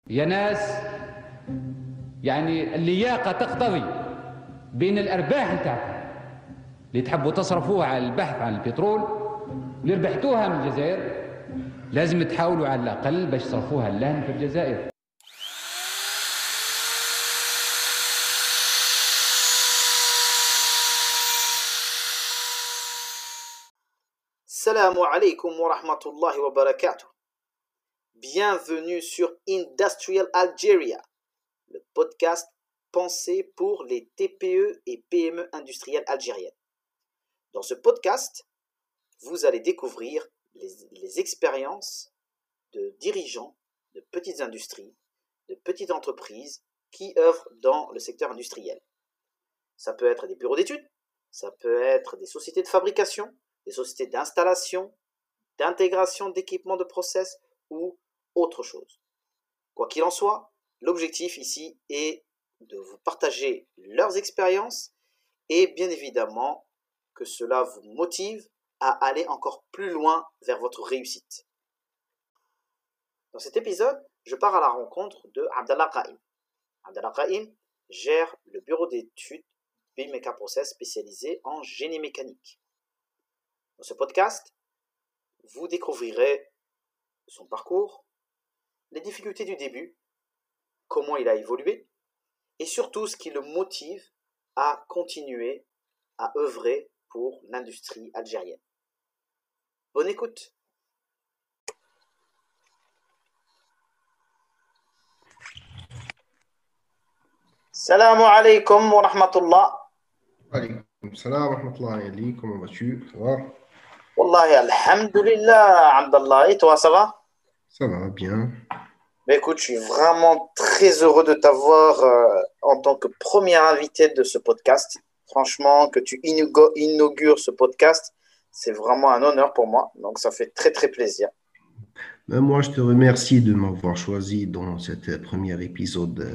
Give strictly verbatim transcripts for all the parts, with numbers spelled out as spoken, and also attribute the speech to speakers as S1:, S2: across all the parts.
S1: يا ناس، يعني اللياقة تقتضي بين الأرباح نتاعكم اللي تحبوا تصرفوها على البحث عن البترول اللي ربحتوها من الجزائر، لازم تحاولوا على الأقل باش تصرفوها لهن في الجزائر.
S2: Salam alaikum wa rahmatullahi wa barakatuh. Bienvenue sur Industrial Algeria, le podcast pensé pour les T P E et P M E industrielles algériennes. Dans ce podcast, vous allez découvrir les, les expériences de dirigeants de petites industries, de petites entreprises qui œuvrent dans le secteur industriel. Ça peut être des bureaux d'études, ça peut être des sociétés de fabrication, des sociétés d'installation, d'intégration d'équipements de process ou autre chose. Quoi qu'il en soit, l'objectif ici est de vous partager leurs expériences et bien évidemment que cela vous motive à aller encore plus loin vers votre réussite. Dans cet épisode, je pars à la rencontre de Abdallah Qaim. Abdallah Qaim gère le bureau d'études Bimeca Process spécialisé en génie mécanique. Dans ce podcast, vous découvrirez son parcours, les difficultés du début, comment il a évolué et surtout ce qui le motive à continuer à œuvrer pour l'industrie algérienne. Bonne écoute. Salam alaikum wa rahmatullah.
S3: Alaikum salam wa rahmatullahi alayhi, comment vas-tu? Ça va?
S2: Wallahi, alhamdulillah, Abdallah. Et toi, ça va?
S3: Ça va bien.
S2: Mais écoute, je suis vraiment très heureux de t'avoir euh, en tant que premier invité de ce podcast. Franchement, que tu inaugures, inaugures ce podcast, c'est vraiment un honneur pour moi. Donc, ça fait très, très plaisir.
S3: Ben, moi, je te remercie de m'avoir choisi dans cet premier épisode.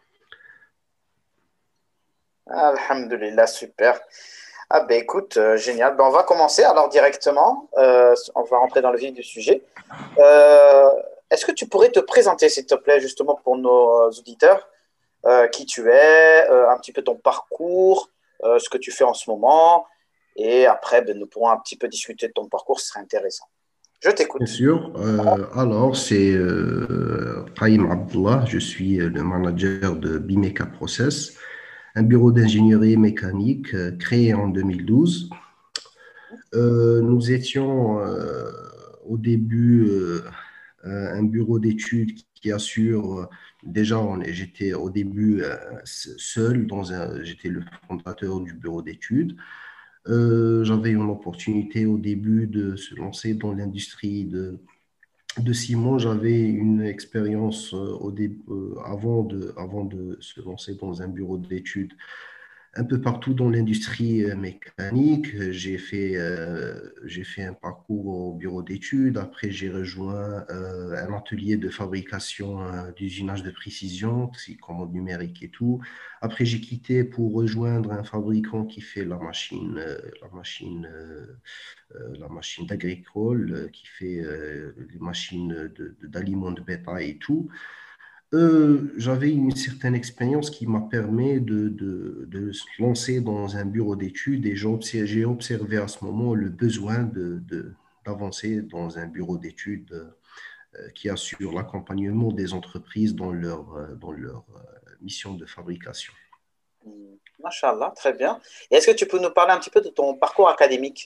S2: Alhamdulillah, super. Ah ben écoute, euh, génial. Ben, on va commencer alors directement. Euh, on va rentrer dans le vif du sujet. Euh, est-ce que tu pourrais te présenter, s'il te plaît, justement pour nos auditeurs, euh, qui tu es, euh, un petit peu ton parcours, euh, ce que tu fais en ce moment, et après, ben, nous pourrons un petit peu discuter de ton parcours, ce serait intéressant. Je t'écoute.
S3: Bien sûr. Euh, alors, c'est euh, Qaim Abdullah. Je suis le manager de Bimeca Process, un bureau d'ingénierie mécanique euh, créé en deux mille douze. Euh, nous étions euh, au début euh, un bureau d'études qui assure, euh, déjà on, j'étais au début euh, seul, dans un, j'étais le fondateur du bureau d'études. Euh, j'avais une opportunité au début de se lancer dans l'industrie de, de ciment. J'avais une expérience euh, au dé- euh, avant de, avant de se lancer dans un bureau d'études un peu partout dans l'industrie euh, mécanique. J'ai fait, euh, j'ai fait un parcours au bureau d'études. Après, j'ai rejoint euh, un atelier de fabrication euh, d'usinage de précision, c'est commande numérique et tout. Après, j'ai quitté pour rejoindre un fabricant qui fait la machine, euh, la machine, euh, euh, la machine agricole, euh, qui fait euh, les machines de, de- d'aliments de bétail et tout. Euh, j'avais une certaine expérience qui m'a permis de, de, de se lancer dans un bureau d'études et j'ai observé, j'ai observé à ce moment le besoin de, de- d'avancer dans un bureau d'études euh, qui assure l'accompagnement des entreprises dans leur, euh, dans leur euh, mission de fabrication.
S2: Masha'Allah, très bien. Et est-ce que tu peux nous parler un petit peu de ton parcours académique?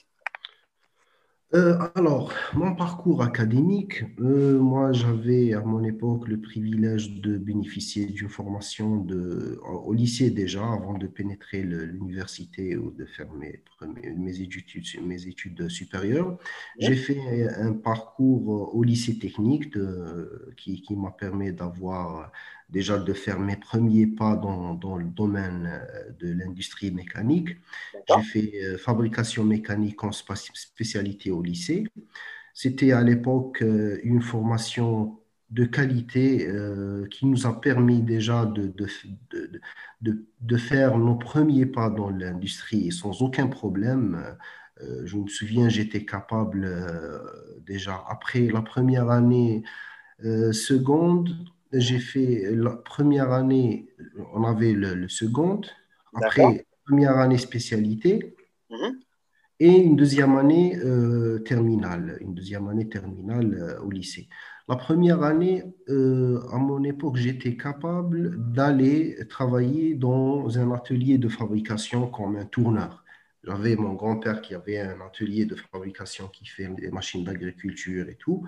S3: Euh, alors, mon parcours académique, euh, moi j'avais à mon époque le privilège de bénéficier d'une formation de, au lycée déjà, avant de pénétrer le- l'université ou de faire mes, premiers- mes études, mes études supérieures.
S2: Oui.
S3: J'ai fait un parcours au lycée technique de- qui, qui m'a permis d'avoir déjà de faire mes premiers pas dans, dans le domaine euh, de l'industrie mécanique. J'ai
S2: D'accord.
S3: fait euh, fabrication mécanique en spa- spécialité au lycée. C'était à l'époque euh, une formation de qualité euh, qui nous a permis déjà de, de, de, de, de faire nos premiers pas dans l'industrie et sans aucun problème. Euh, je me souviens, j'étais capable euh, déjà après la première année euh, seconde, j'ai fait la première année, on avait le, le second,
S2: D'accord.
S3: après première année spécialité
S2: Mhm.
S3: et une deuxième année euh, terminale, une deuxième année terminale euh, au lycée. La première année, euh, à mon époque, j'étais capable d'aller travailler dans un atelier de fabrication comme un tourneur. J'avais mon grand-père qui avait un atelier de fabrication qui fait des machines d'agriculture et tout.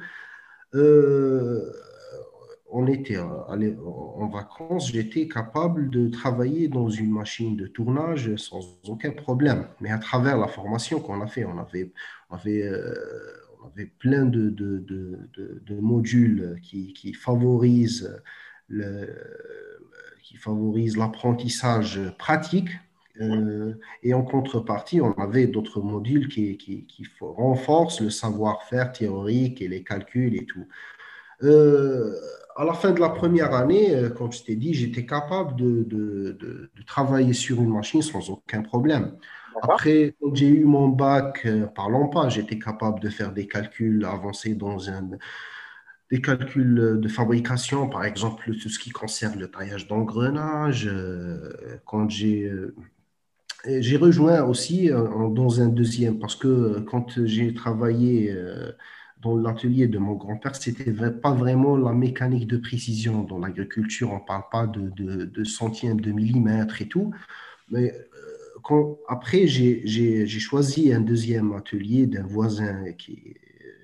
S3: Euh, on était allé en vacances, j'étais capable de travailler dans une machine de tournage sans aucun problème. Mais à travers la formation qu'on a fait, on avait, on avait, euh, on avait plein de, de, de, de- de modules qui, qui favorisent le, qui favorisent l'apprentissage pratique.
S2: Mhm.
S3: Euh, et en contrepartie, on avait d'autres modules qui, qui, qui renforcent le savoir-faire théorique et les calculs et tout. Euh, à la fin de la première année, euh, comme je t'ai dit, j'étais capable de, de- de- de travailler sur une machine sans aucun problème.
S2: D'accord.
S3: Après, quand j'ai eu mon bac, euh, parlons pas, j'étais capable de faire des calculs avancés dans un, des calculs de fabrication, par exemple, tout ce qui concerne le taillage d'engrenages. Euh, quand j'ai euh, et j'ai rejoint aussi euh, en- dans un deuxième, parce que euh, quand j'ai travaillé euh, dans l'atelier de mon grand-père, c'était vra- pas vraiment la mécanique de précision. Dans l'agriculture, on parle pas de, de, de centièmes de millimètre et tout. Mais euh, quand, après, j'ai, j'ai, j'ai choisi un deuxième atelier d'un voisin qui est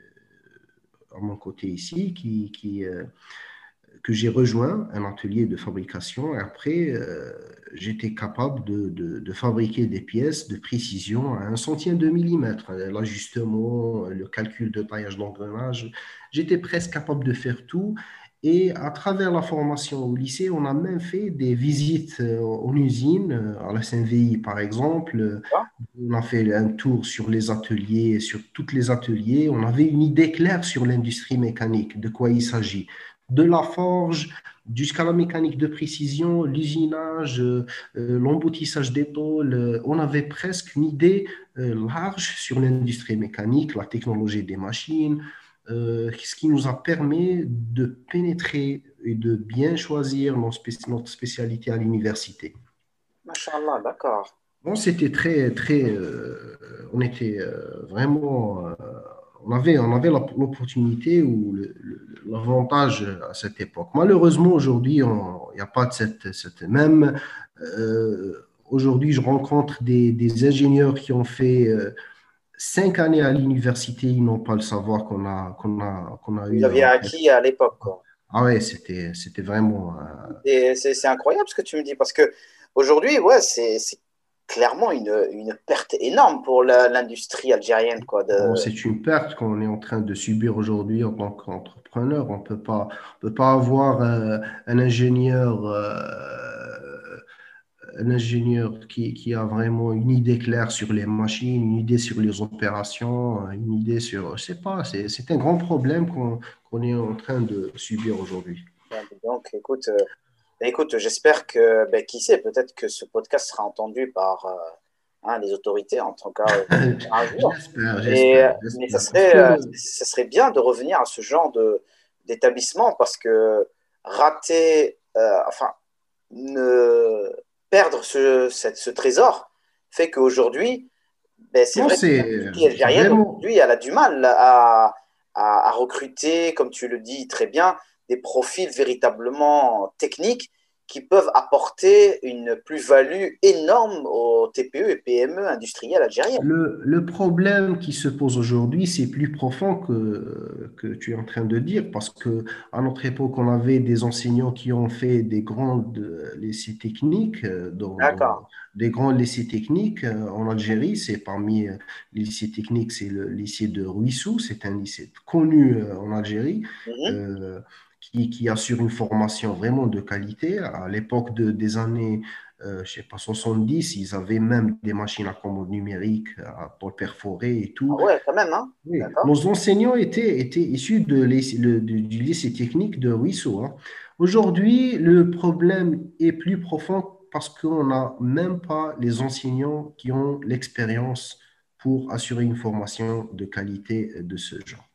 S3: à mon côté ici, qui, qui, euh, que j'ai rejoint un atelier de fabrication. Et après, euh, j'étais capable de, de- de fabriquer des pièces de précision à un centième de millimètre. L'ajustement, le calcul de taillage d'engrenage, j'étais presque capable de faire tout. Et à travers la formation au lycée, on a même fait des visites euh, en usine, euh, à la S N V I par exemple. Euh,
S2: D'accord.
S3: On a fait un tour sur les ateliers, sur tous les ateliers. On avait une idée claire sur l'industrie mécanique, de quoi il s'agit de la forge jusqu'à la mécanique de précision, l'usinage, euh, euh, l'emboutissage des tôles. Euh, on avait presque une idée euh, large sur l'industrie mécanique, la technologie des machines, euh, ce qui nous a permis de pénétrer et de bien choisir notre, spé- notre spécialité à l'université.
S2: Machallah, d'accord.
S3: Bon, c'était très, très, euh, on était euh, vraiment, euh, on avait, on avait la- l'opportunité ou le- le- l'avantage à cette époque. Malheureusement, aujourd'hui, on- il n'y a pas de cette, cette même. euh, Aujourd'hui, je rencontre des, des ingénieurs qui ont fait euh, cinq années à l'université, ils n'ont pas le savoir qu'on a, qu'on a, qu'on a
S2: Vous
S3: eu
S2: aviez
S3: en fait.
S2: acquis à l'époque, quoi.
S3: Ah ouais, c'était, c'était vraiment. euh,
S2: Et c'est c'est incroyable ce que tu me dis, parce que aujourd'hui, ouais, c'est c'est clairement une, une perte énorme pour la- l'industrie algérienne, quoi.
S3: Bon,
S2: De...
S3: c'est une perte qu'on est en train de subir aujourd'hui en tant qu'entrepreneur. On peut pas, on peut pas avoir euh, un ingénieur, euh, un ingénieur qui, qui a vraiment une idée claire sur les machines, une idée sur les opérations, une idée sur, je sais pas, c'est, c'est un grand problème qu'on qu'on est en train de subir aujourd'hui.
S2: Ben, donc, écoute, euh, écoute, j'espère que, ben, qui sait, peut-être que ce podcast sera entendu par euh, hein, les autorités en tout cas euh, un jour.
S3: J'espère,
S2: Et,
S3: j'espère,
S2: mais ça
S3: j'espère. Parce
S2: serait, euh,
S3: que
S2: ça serait bien de revenir à ce genre de, d'établissement parce que rater, euh, enfin, ne perdre ce, cette- ce trésor fait qu'aujourd'hui, ben, c'est
S3: non,
S2: vrai que
S3: c'est
S2: l'industrie algérienne,
S3: vraiment.
S2: aujourd'hui, elle a du mal à, à, à recruter, comme tu le dis très bien, des profils véritablement techniques qui peuvent apporter une plus-value énorme aux T P E et P M E industrielles algériennes.
S3: Le, le problème qui se pose aujourd'hui, c'est plus profond que, que tu es en train de dire, parce que à notre époque, on avait des enseignants qui ont fait des grandes euh, lycées techniques, euh, dans,
S2: D'accord.
S3: dans- des grands lycées techniques euh, en Algérie. C'est parmi euh, les lycées techniques, c'est le lycée de Ruissou, c'est un lycée connu euh, en Algérie.
S2: Mhm.
S3: euh, qui, qui assure une formation vraiment de qualité. À l'époque de, des années euh, je sais pas, soixante-dix, ils avaient même des machines à commande numérique, à tôle perforée et
S2: Ah
S3: tout.
S2: ouais, quand même, hein?
S3: Oui,
S2: D'accord.
S3: nos enseignants étaient, étaient issus de lycée- le- du, du lycée technique de Ruisseau, hein. Aujourd'hui, le problème est plus profond parce qu'on n'a même pas les enseignants qui ont l'expérience pour assurer une formation de qualité de ce genre.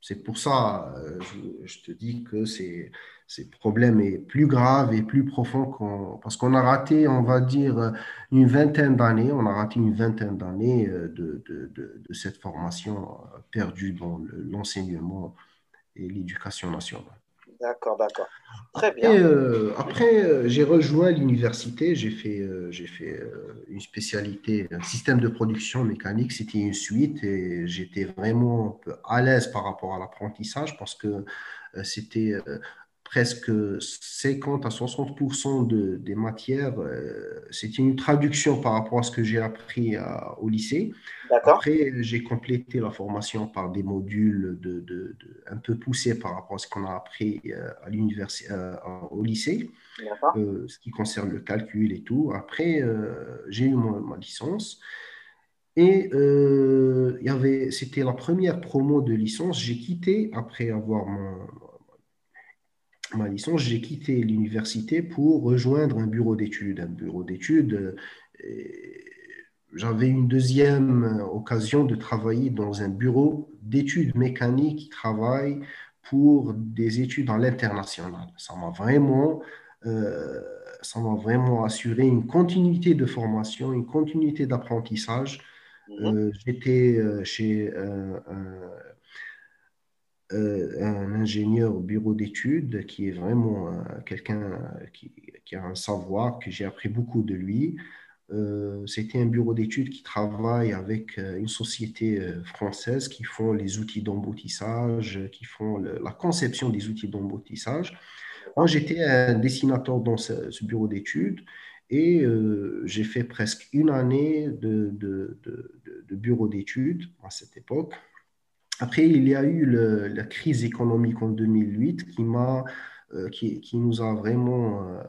S3: C'est pour ça, euh, je, je te dis que c'est, c'est le problème est plus grave et plus profond qu'on, parce qu'on a raté, on va dire, une vingtaine d'années, on a raté une vingtaine d'années euh, de, de, de, de cette formation euh, perdue dans le- l'enseignement et l'éducation nationale.
S2: D'accord, d'accord. Très
S3: Et
S2: bien.
S3: euh, après, euh, j'ai rejoint l'université, j'ai fait, euh, j'ai fait euh, une spécialité, un système de production mécanique, c'était une suite et j'étais vraiment un peu à l'aise par rapport à l'apprentissage parce que euh, c'était euh, presque cinquante à soixante pour cent de, des matières, euh, c'était une traduction par rapport à ce que j'ai appris à- au lycée.
S2: D'accord,
S3: Après, j'ai complété la formation par des modules de, de- de- un peu poussés par rapport à ce qu'on a appris euh, à l'université, euh, au lycée,
S2: d'accord.
S3: euh, ce qui concerne le calcul et tout. Après, euh, j'ai eu ma, ma licence et euh, il y avait, c'était la première promo de licence. J'ai quitté, après avoir mon- ma licence, j'ai quitté l'université pour rejoindre un bureau d'études. Un bureau d'études, euh, et j'avais une deuxième euh, occasion de travailler dans un bureau d'études mécaniques qui travaille pour des études à l'international. Ça m'a vraiment, euh, ça m'a vraiment assuré une continuité de formation, une continuité d'apprentissage.
S2: Mhm.
S3: Euh, j'étais euh, chez euh, un euh, un ingénieur au bureau d'études qui est vraiment euh, quelqu'un euh, qui, qui a un savoir, que j'ai appris beaucoup de lui. Euh, c'était un bureau d'études qui travaille avec euh, une société euh, française qui font les outils d'emboutissage, qui font le- la conception des outils d'emboutissage. Moi,
S2: D'accord.
S3: j'étais un dessinateur dans ce, ce bureau d'études et euh, j'ai fait presque une année de, de, de, de- de bureau d'études à cette époque. Après, il y a eu le- la crise économique en deux mille huit qui m'a, euh, qui, qui nous a vraiment euh,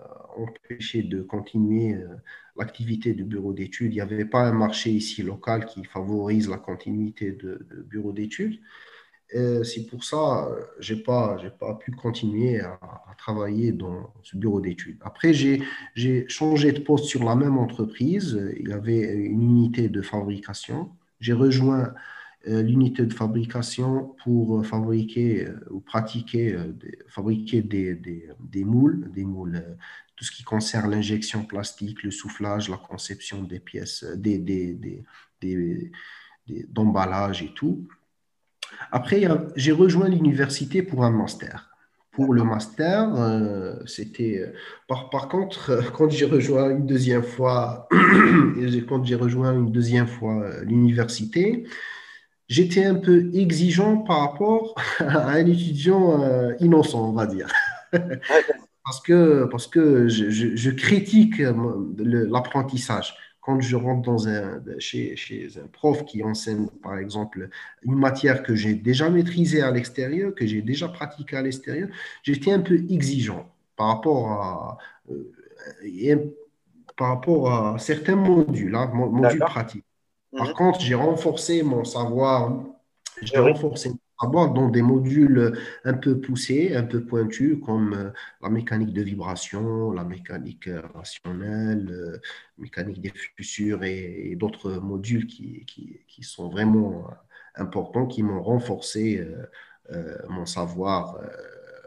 S3: empêché de continuer euh, l'activité de bureau d'études. Il n'y avait pas un marché ici local qui favorise la continuité de, de bureau d'études. Euh, C'est pour ça que je n'ai pas, j'ai pas pu continuer à, à travailler dans ce bureau d'études. Après, j'ai, j'ai changé de poste sur la même entreprise. Il y avait une unité de fabrication. J'ai rejoint euh, l'unité de fabrication pour euh, fabriquer euh, ou pratiquer, euh, des, fabriquer des, des, des moules, des moules, euh, tout ce qui concerne l'injection plastique, le soufflage, la conception des pièces, euh, des, des, des, des- des- d'emballage et tout. Après, il y a- j'ai rejoint l'université pour un master. Pour le
S2: D'accord.
S3: master, euh, c'était... euh, Par, par contre, euh, quand j'ai rejoint une deuxième fois, et j'ai- quand j'ai rejoint une deuxième fois euh, l'université, j'étais un peu exigeant par rapport à un étudiant euh, innocent, on va dire.
S2: D'accord.
S3: Parce que, parce que je, je- je critique euh, le- l'apprentissage. Quand je rentre dans un, chez, chez un prof qui enseigne, par exemple, une matière que j'ai déjà maîtrisée à l'extérieur, que j'ai déjà pratiquée à l'extérieur, j'étais un peu exigeant par rapport à, euh, et par rapport à certains modules, hein, mo- modules
S2: D'accord.
S3: pratiques. Par
S2: Mhm.
S3: contre, j'ai renforcé mon savoir,
S2: Oui,
S3: j'ai
S2: oui.
S3: renforcé mon savoir dans des modules un peu poussés, un peu pointus, comme euh, la mécanique de vibration, la mécanique euh, rationnelle, euh, mécanique des fissures et, et d'autres modules qui, qui, qui sont vraiment euh, importants, qui m'ont renforcé euh, euh, mon savoir euh,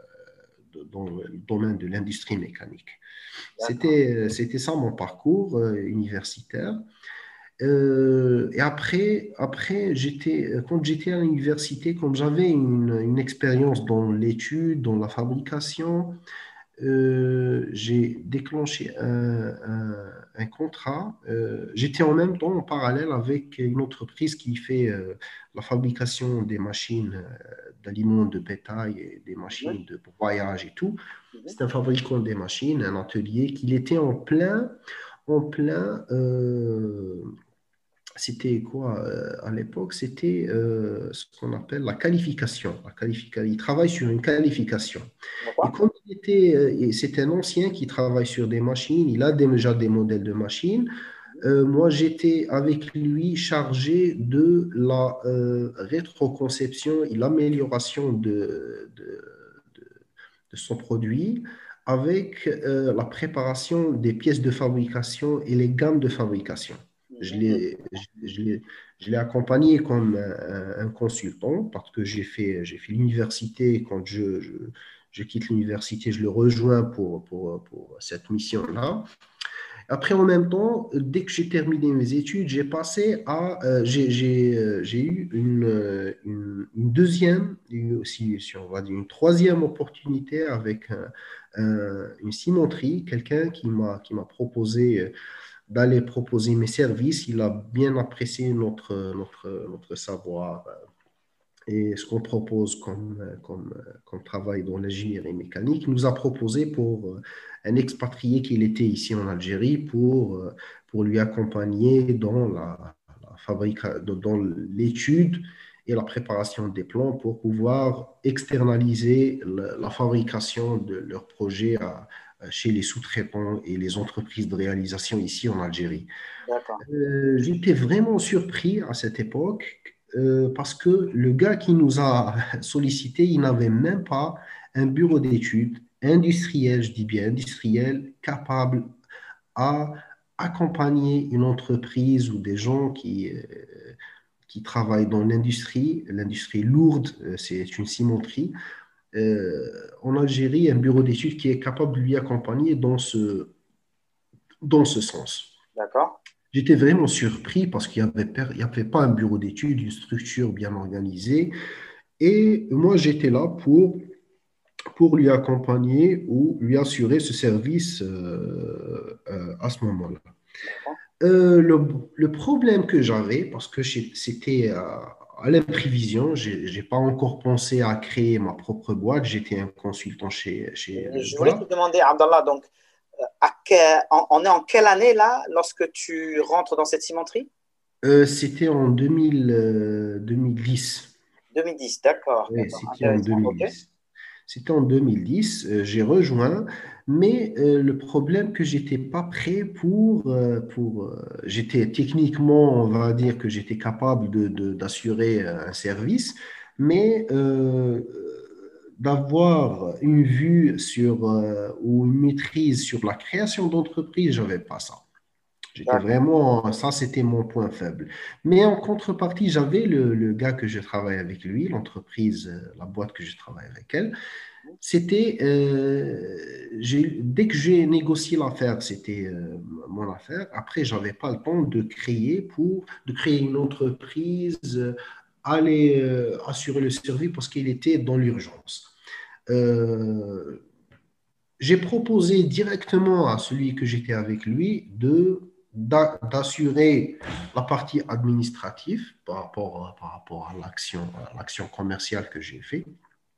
S3: de- dans le domaine de l'industrie mécanique.
S2: D'accord.
S3: C'était, c'était ça mon parcours euh, universitaire. Euh, et après, après j'étais, euh, quand j'étais à l'université, comme j'avais une, une expérience dans l'étude, dans la fabrication, euh, j'ai déclenché un, un- un contrat. Euh, j'étais en même temps en parallèle avec une entreprise qui fait euh, la fabrication des machines euh, d'aliments de bétail et des
S2: Mhm.
S3: machines de voyage et tout.
S2: Mhm.
S3: C'est un fabricant des machines, un atelier qui était en plein, en plein euh, c'était quoi euh, à l'époque? C'était euh, ce qu'on appelle la qualification. La qualifica- Il travaille sur une qualification. Et
S2: D'accord.
S3: comme il était, euh, et c'est un ancien qui travaille sur des machines, il a déjà des modèles de machines. Euh, moi, j'étais avec lui chargé de la euh, rétroconception et l'amélioration de, de, de- de son produit avec euh, la préparation des pièces de fabrication et les gammes de fabrication. Je
S2: Mhm.
S3: l'ai, je, je l'ai, je l'ai accompagné comme un, un consultant parce que j'ai fait, j'ai fait l'université. Quand je, je, je quitte l'université, je le rejoins pour, pour, pour cette mission-là. Après, en même temps, dès que j'ai terminé mes études, j'ai passé à, euh, j'ai, j'ai, euh, j'ai eu une, euh, une, une deuxième, une, si, si on va dire une troisième opportunité avec un- un- une cimenterie, quelqu'un qui m'a, qui m'a proposé euh, d'aller proposer mes services. Il a bien apprécié notre, notre, notre savoir euh, et ce qu'on propose comme, euh, comme, euh, comme travail dans l'ingénierie mécanique. Il nous a proposé pour euh, un expatrié qui était ici en Algérie pour, euh, pour lui accompagner dans la, la fabrique, dans l'étude et la préparation des plans pour pouvoir externaliser la, la fabrication de leurs projets à- chez les sous-traitants et les entreprises de réalisation ici en Algérie.
S2: D'accord.
S3: Euh, j'étais vraiment surpris à cette époque euh, parce que le gars qui nous a sollicité, il n'avait même pas un bureau d'études industriel, je dis bien industriel, capable à accompagner une entreprise ou des gens qui, euh, qui travaillent dans l'industrie. L'industrie lourde, euh, c'est une cimenterie. Euh, en Algérie, un bureau d'études qui est capable de lui accompagner dans ce, dans ce sens.
S2: D'accord.
S3: J'étais vraiment surpris parce qu'il n'y avait, per- il y avait pas un bureau d'études, une structure bien organisée. Et moi, j'étais là pour, pour lui accompagner ou lui assurer ce service euh, euh, à ce moment-là.
S2: D'accord.
S3: Euh, le, le problème que j'avais, parce que j'ai- c'était euh, à l'imprévision, je n'ai pas encore pensé à créer ma propre boîte. J'étais un consultant chez, chez
S2: Et
S3: le
S2: je voulais te
S3: gars.
S2: demander, Abdallah, donc, euh, à que- on, on est en quelle année là, lorsque tu rentres dans cette cimenterie?
S3: Euh, c'était en deux mille, euh, deux mille dix.
S2: deux mille dix, d'accord,
S3: Oui,
S2: d'accord,
S3: c'était en
S2: intéressant, ok.
S3: deux mille dix. C'était en deux mille dix, euh, j'ai rejoint, mais euh, le problème que j'étais pas prêt pour, euh, pour euh, j'étais techniquement, on va dire que j'étais capable de, de- d'assurer euh, un service, mais euh, d'avoir une vue sur euh, ou une maîtrise sur la création d'entreprise, j'avais pas ça. J'étais
S2: D'accord.
S3: vraiment, ça c'était mon point faible. Mais en contrepartie, j'avais le, le gars que je travaille avec lui, l'entreprise, euh, la boîte que je travaille avec elle. C'était, euh, j'ai- dès que j'ai négocié l'affaire, c'était euh, mon affaire. Après, j'avais pas le temps de créer pour, de créer une entreprise, euh, aller euh, assurer le service parce qu'il était dans l'urgence. Euh, j'ai proposé directement à celui que j'étais avec lui de d'a- d'assurer la partie administrative par rapport, par rapport à l'action, à l'action commerciale que j'ai faite.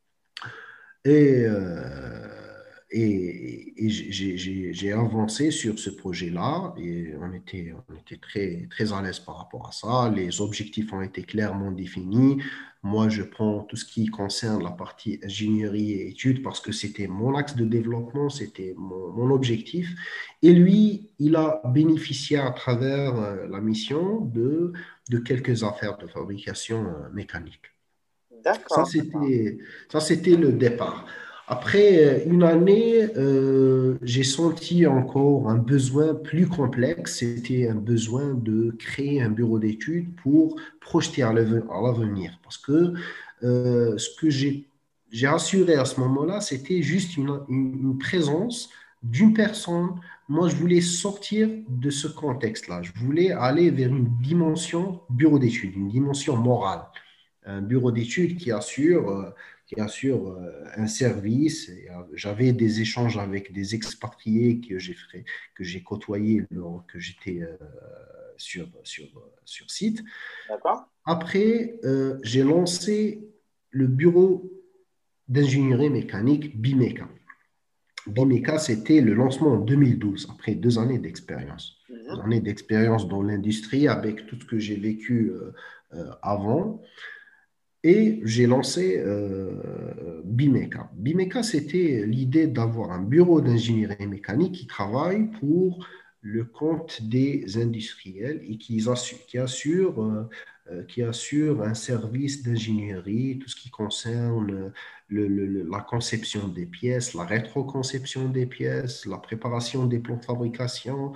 S3: Et, euh, et, et j'ai j'ai- j'ai avancé sur ce projet-là et on était, on était très, très à l'aise par rapport à ça. Les objectifs ont été clairement définis. Moi, je prends tout ce qui concerne la partie ingénierie et études parce que c'était mon axe de développement, c'était mon, mon objectif. Et lui, il a bénéficié à travers euh, la mission de, de quelques affaires de fabrication euh, mécanique. Ça,
S2: D'accord, d'accord.
S3: c'était, ça, c'était le départ. Après euh, une année, euh, j'ai senti encore un besoin plus complexe. C'était un besoin de créer un bureau d'études pour projeter à l'aven- à l'avenir. Parce que euh, ce que j'ai, j'ai assuré à ce moment-là, c'était juste une, une- une présence d'une personne. Moi, je voulais sortir de ce contexte-là. Je voulais aller vers une dimension bureau d'études, une dimension morale, un bureau d'études qui assure, euh, qui assure euh, un service. Et, euh, j'avais des échanges avec des expatriés que j'ai fait, que j'ai côtoyés lors que j'étais euh, sur, sur, sur site.
S2: D'accord.
S3: Après, euh, j'ai lancé le bureau d'ingénierie mécanique BIMECA.
S2: Ok.
S3: BIMECA, c'était le lancement en deux mille douze, après deux années d'expérience. Deux
S2: Mhm.
S3: années d'expérience dans l'industrie avec tout ce que j'ai vécu euh, euh, avant. Et j'ai lancé euh, BIMECA. BIMECA, c'était l'idée d'avoir un bureau d'ingénierie mécanique qui travaille pour le compte des industriels et qui assure, qui assure, euh, euh, qui assure un service d'ingénierie, tout ce qui concerne le- le- le- la conception des pièces, la rétroconception des pièces, la préparation des plans de fabrication,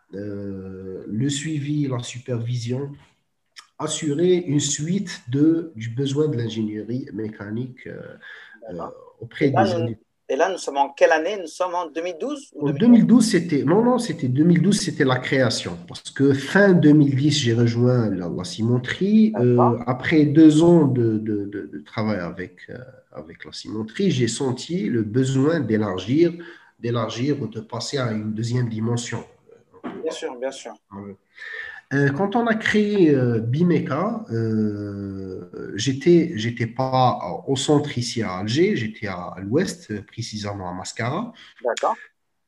S3: euh, le suivi, la supervision, assurer une suite de, du besoin de l'ingénierie mécanique euh, euh,
S2: Et
S3: auprès
S2: là,
S3: des
S2: nous,
S3: industries.
S2: et là, nous sommes en quelle année? Nous sommes en deux mille douze ou
S3: En
S2: deux mille onze?
S3: deux mille douze, c'était non, non, c'était deux mille douze, c'était la création. Parce que fin deux mille dix, j'ai rejoint la, la cimenterie. Euh,
S2: D'accord.
S3: après deux ans de, de, de, de travail avec, euh, avec la cimenterie, j'ai senti le besoin d'élargir, d'élargir, ou de passer à une deuxième dimension.
S2: Bien sûr, bien sûr.
S3: Euh, quand on a créé euh, Bimeka, euh, j'étais, j'étais pas au centre ici à Alger, j'étais à, à l'ouest, euh, précisément à Mascara.
S2: D'accord.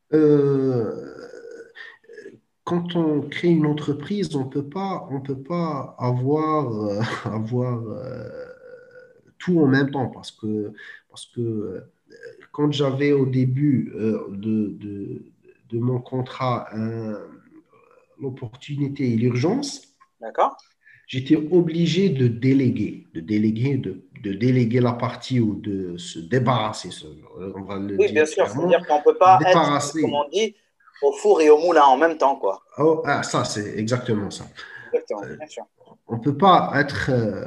S3: Euh, quand on crée une entreprise, on peut pas, on peut pas avoir, euh, avoir euh, tout en même temps parce que, parce que euh, quand j'avais au début euh, de, de, de mon contrat un- l'opportunité et l'urgence,
S2: D'accord.
S3: j'étais obligé de déléguer, de déléguer, de, de déléguer la partie ou de se débarrasser, on va le
S2: Oui, bien
S3: dire
S2: sûr.
S3: clairement,
S2: C'est-à-dire qu'on ne peut pas être, comme
S3: débarrasser.
S2: on dit, au four et au moulin en même temps, quoi.
S3: Oh, ah, ça, c'est exactement ça.
S2: Exactement,
S3: Euh,
S2: bien sûr.
S3: on ne peut pas être euh,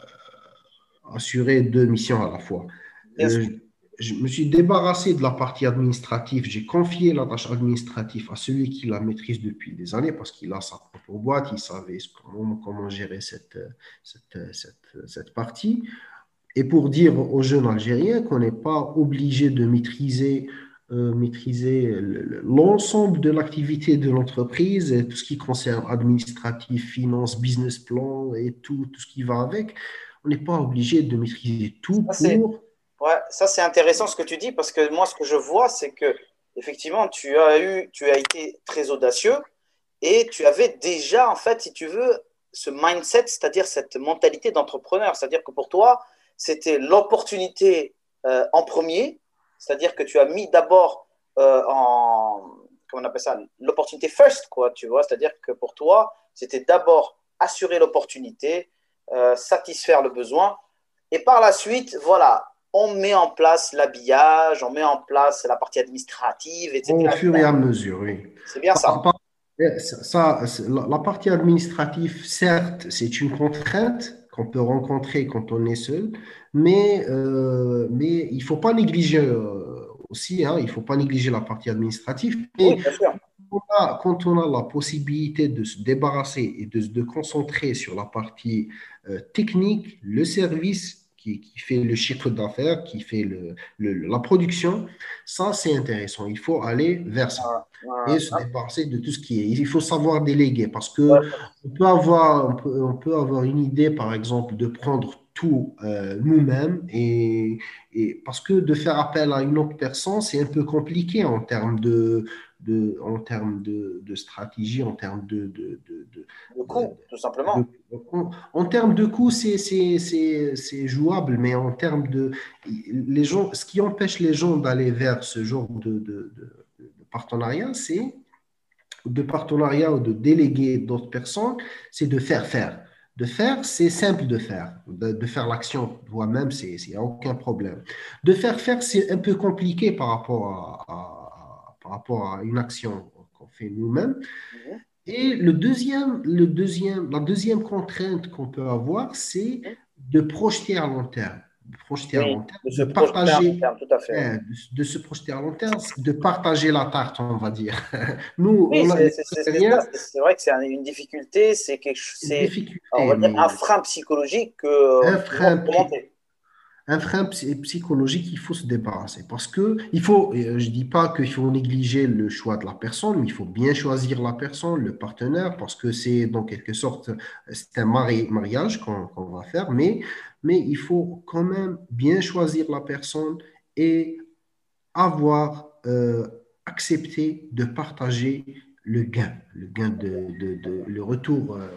S3: assuré deux missions à la fois.
S2: Bien sûr.
S3: Euh, je me suis débarrassé de la partie administrative. J'ai confié la tâche administrative à celui qui la maîtrise depuis des années parce qu'il a sa propre boîte, il savait comment, comment gérer cette, cette, cette, cette partie. Et pour dire aux jeunes Algériens qu'on n'est pas obligé de maîtriser, euh, maîtriser l'ensemble de l'activité de l'entreprise, et tout ce qui concerne administratif, finance, business plan et tout, tout ce qui va avec. On n'est pas obligé de maîtriser tout
S2: Ça, c'est
S3: pour...
S2: ouais, ça, c'est intéressant ce que tu dis parce que moi, ce que je vois, c'est que effectivement, tu as eu, tu as été très audacieux et tu avais déjà, en fait, si tu veux, ce mindset, c'est-à-dire cette mentalité d'entrepreneur. C'est-à-dire que pour toi, c'était l'opportunité euh, en premier, c'est-à-dire que tu as mis d'abord euh, en, comment on appelle ça, l'opportunité first, quoi, tu vois. C'est-à-dire que pour toi, c'était d'abord assurer l'opportunité, euh, satisfaire le besoin et par la suite, voilà, on met en place l'habillage, on met en place la partie administrative,
S3: Au
S2: et cetera
S3: fur et à mesure, oui.
S2: C'est bien ça.
S3: Par- par- ça, ça, la, la partie administrative, certes, c'est une contrainte qu'on peut rencontrer quand on est seul, mais, euh, mais il ne faut pas négliger euh, aussi, hein, il ne faut pas négliger la partie administrative.
S2: Oui,
S3: Mais
S2: bien sûr.
S3: quand on a, quand on a la possibilité de se débarrasser et de se concentrer sur la partie euh, technique, le service qui, qui fait le chiffre d'affaires, qui fait le, le- la production, ça, c'est intéressant. Il faut aller vers ça
S2: Ouais, ouais,
S3: et se débarrasser de tout ce qui est. Il faut savoir déléguer parce que
S2: ouais.
S3: on peut avoir, on peut, on peut avoir une idée, par exemple, de prendre tout euh, nous-mêmes et, et parce que de faire appel à une autre personne, c'est un peu compliqué en termes de, de, en termes de, de stratégie, en termes de, de, de, de-
S2: Le
S3: de-
S2: coût, tout
S3: de-
S2: simplement.
S3: en, en termes de coût, c'est, c'est, c'est, c'est jouable, mais en termes de les gens, ce qui empêche les gens d'aller vers ce genre de, de, de- de partenariat, c'est de partenariat ou de déléguer d'autres personnes, c'est de faire faire. De faire, c'est simple de faire. De, de faire l'action toi-même, c'est, il n'y a aucun problème. De faire faire, c'est un peu compliqué par rapport à, à- par rapport à une action qu'on fait nous-mêmes.
S2: Mhm.
S3: Et le deuxième, le deuxième, la deuxième contrainte qu'on peut avoir, c'est de projeter à long terme. De projeter à long
S2: Oui,
S3: terme,
S2: de se
S3: de
S2: projeter à long
S3: partager,
S2: terme, tout à fait. Ouais.
S3: euh, de, de se projeter à long terme, de partager la tarte, on va dire. Nous,
S2: Oui,
S3: on a
S2: c'est
S3: les
S2: c'est- c'est- c'est ça.
S3: Algériens,
S2: C'est c'est vrai que c'est un- une difficulté, c'est quelque, ch-
S3: une
S2: c'est, on
S3: difficulté,
S2: va dire, un
S3: mais
S2: frein psychologique que
S3: un
S2: qu'il faut
S3: frein,
S2: surmonter.
S3: un frein psy- psychologique, il faut se débarrasser. Parce que il faut, euh, je dis pas qu'il faut négliger le choix de la personne, mais il faut bien choisir la personne, le partenaire, parce que c'est dans quelque sorte, c'est un mari- mariage qu'on qu'on va faire, mais, mais il faut quand même bien choisir la personne et avoir euh, accepté de partager le gain, le gain de, de- de- le retour euh,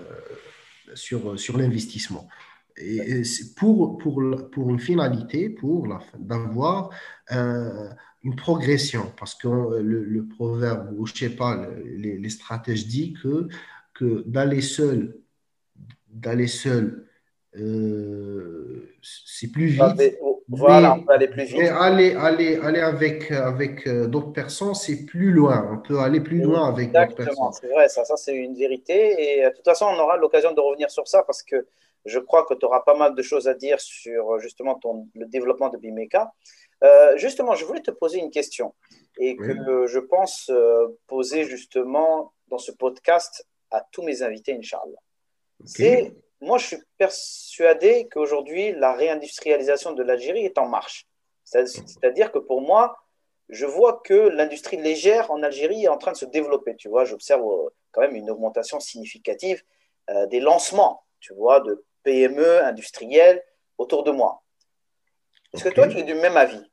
S3: sur, sur l'investissement. Et c'est pour, pour, pour une finalité, pour la, d'avoir euh, une progression, parce que le, le proverbe, ou je sais pas, le- les, les stratèges disent que, que d'aller seul, d'aller seul euh, c'est plus vite,
S2: Allez, oh, voilà, on
S3: mais,
S2: peut aller plus
S3: mais
S2: vite.
S3: aller, aller, aller avec, avec euh, d'autres personnes, c'est plus loin. On peut aller plus loin avec d'autres
S2: Exactement,
S3: personnes.
S2: c'est vrai, ça, ça c'est une vérité. Et euh, de toute façon, on aura l'occasion de revenir sur ça parce que je crois que tu auras pas mal de choses à dire sur euh, justement ton, le développement de Bimeka. Euh, justement, je voulais te poser une question et que
S3: Oui,
S2: euh, je pense euh, poser justement dans ce podcast à tous mes invités, Inch'Allah.
S3: ok.
S2: C'est, moi, je suis persuadé qu'aujourd'hui, la réindustrialisation de l'Algérie est en marche. C'est- C'est-à-dire que pour moi, je vois que l'industrie légère en Algérie est en train de se développer. Tu vois, j'observe euh, quand même une augmentation significative euh, des lancements, tu vois, de P M E industriels autour de moi. Est-ce que
S3: Ok.
S2: toi, tu es du même avis?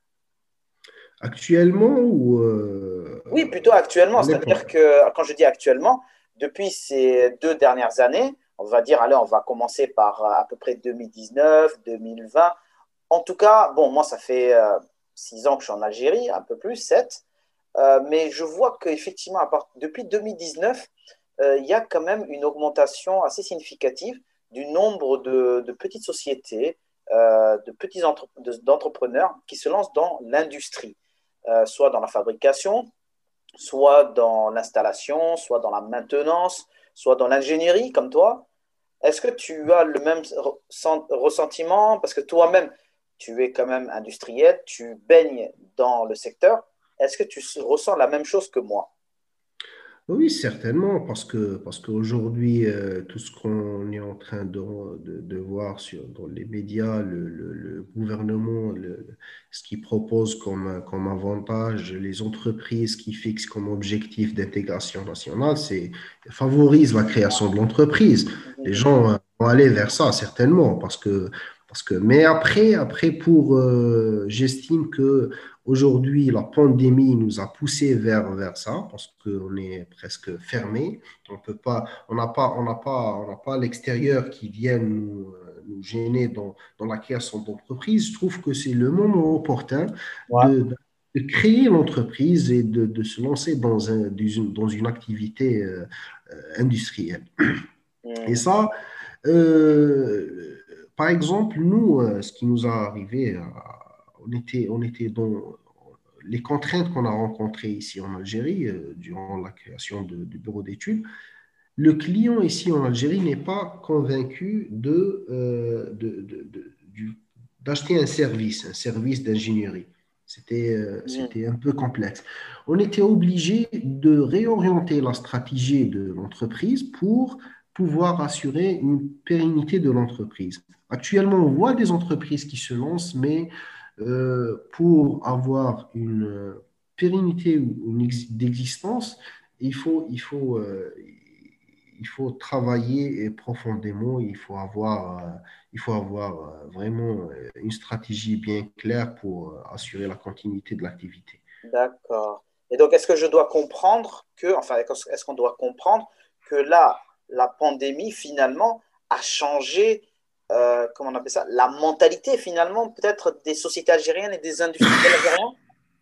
S3: Actuellement ou euh,
S2: Oui, plutôt
S3: à
S2: actuellement. C'est-à-dire
S3: l'époque?
S2: que quand je dis actuellement, depuis ces deux dernières années, on va dire, allez, on va commencer par euh, à peu près deux mille dix-neuf, deux mille vingt. En tout cas, bon, moi, ça fait euh, six ans que je suis en Algérie, un peu plus, sept. Euh, mais je vois qu'effectivement, à part- depuis deux mille dix-neuf, euh, il y a quand même une augmentation assez significative du nombre de, de petites sociétés, euh, de petits entre- de- d'entrepreneurs qui se lancent dans l'industrie, euh, soit dans la fabrication, soit dans l'installation, soit dans la maintenance, soit dans l'ingénierie, comme toi. Est-ce que tu as le même ressentiment? Parce que toi-même, tu es quand même industriel, tu baignes dans le secteur. Est-ce que tu ressens la même chose que moi?
S3: Oui, certainement, parce que parce qu'aujourd'hui, euh, tout ce qu'on est en train de, de, de voir sur, dans les médias, le, le- le gouvernement, le- ce qu'il propose comme, comme avantage, les entreprises qui fixent comme objectif d'intégration nationale, c'est favorise la création de l'entreprise. Les
S2: Mhm.
S3: gens euh, vont aller vers ça, certainement, parce que, parce que mais après, après pour, euh, j'estime que aujourd'hui, la pandémie nous a poussé vers, vers ça parce qu'on est presque fermé. On peut pas, on n'a pas, on n'a pas, on n'a pas l'extérieur qui vient nous, euh, nous gêner dans, dans la création d'entreprise. Je trouve que c'est le moment opportun
S2: Ouais.
S3: de, de créer l'entreprise et de, de se lancer dans, un, dans une activité euh, euh, industrielle. Et
S2: Mhm.
S3: ça, euh, par exemple, nous, euh, ce qui nous a arrivé, euh, on était, on était dans les contraintes qu'on a rencontrées ici en Algérie euh, durant la création de- du bureau d'études. Le client ici en Algérie n'est pas convaincu de, euh, de- de- de- du- d'acheter un service, un service d'ingénierie. C'était, euh,
S2: Mhm.
S3: c'était un peu complexe. On était obligé de réorienter la stratégie de l'entreprise pour pouvoir assurer une pérennité de l'entreprise. Actuellement, on voit des entreprises qui se lancent, mais euh, pour avoir une euh, pérennité ou une ex- d'existence, il faut, il faut, euh, il faut travailler profondément, il faut avoir, euh, il faut avoir euh, vraiment euh, une stratégie bien claire pour euh, assurer la continuité de l'activité.
S2: D'accord. Et donc, est-ce que je dois comprendre que, enfin, est-ce qu'on doit comprendre que là, la pandémie, finalement, a changé, euh, comment on appelle ça, la mentalité, finalement, peut-être des sociétés algériennes et des industriels algériens?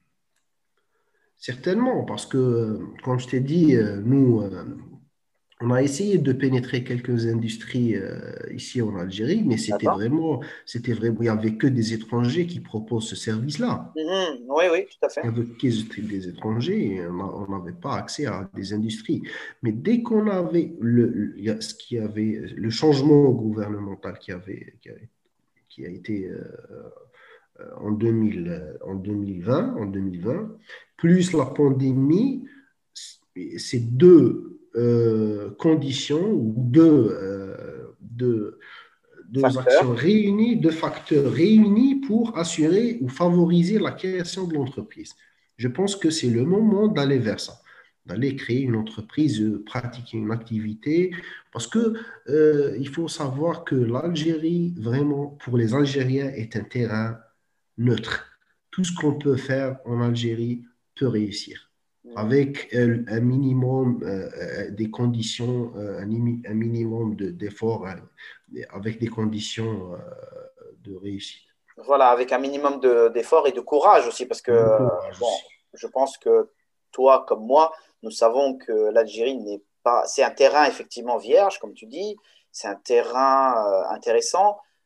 S3: Certainement, parce que, euh, comme je t'ai dit, euh, nous, euh, on a essayé de pénétrer quelques industries euh, ici en Algérie, mais c'était
S2: D'accord.
S3: vraiment, c'était vraiment, il n'y avait que des étrangers qui proposent ce service-là.
S2: Mhm. Oui, oui, tout à fait.
S3: Il n'y avait que des étrangers et on a- on n'avait pas accès à des industries. Mais dès qu'on avait le, le- il y a- ce qui avait, le changement gouvernemental qui avait, qui a, qui a été euh, en deux mille, euh, en deux mille vingt, en deux mille vingt, plus la pandémie, ces deux euh, conditions ou deux, euh, deux, deux
S2: Facteur.
S3: actions réunies, deux facteurs réunis pour assurer ou favoriser la création de l'entreprise. Je pense que c'est le moment d'aller vers ça, d'aller créer une entreprise, euh, pratiquer une activité, parce que euh, il faut savoir que l'Algérie, vraiment, pour les Algériens, est un terrain neutre. Tout ce qu'on peut faire en Algérie peut réussir.
S2: Mhm.
S3: Avec euh, un minimum euh, euh, des conditions, euh, un, un minimum d'efforts, de, avec des conditions euh, de réussite.
S2: Voilà, avec un minimum de- d'effort et de courage aussi, parce que,
S3: Et de
S2: euh,
S3: courage
S2: bon,
S3: aussi.
S2: je pense que toi comme moi, nous savons que l'Algérie n'est pas, c'est un terrain effectivement vierge, comme tu dis, c'est un terrain euh, intéressant,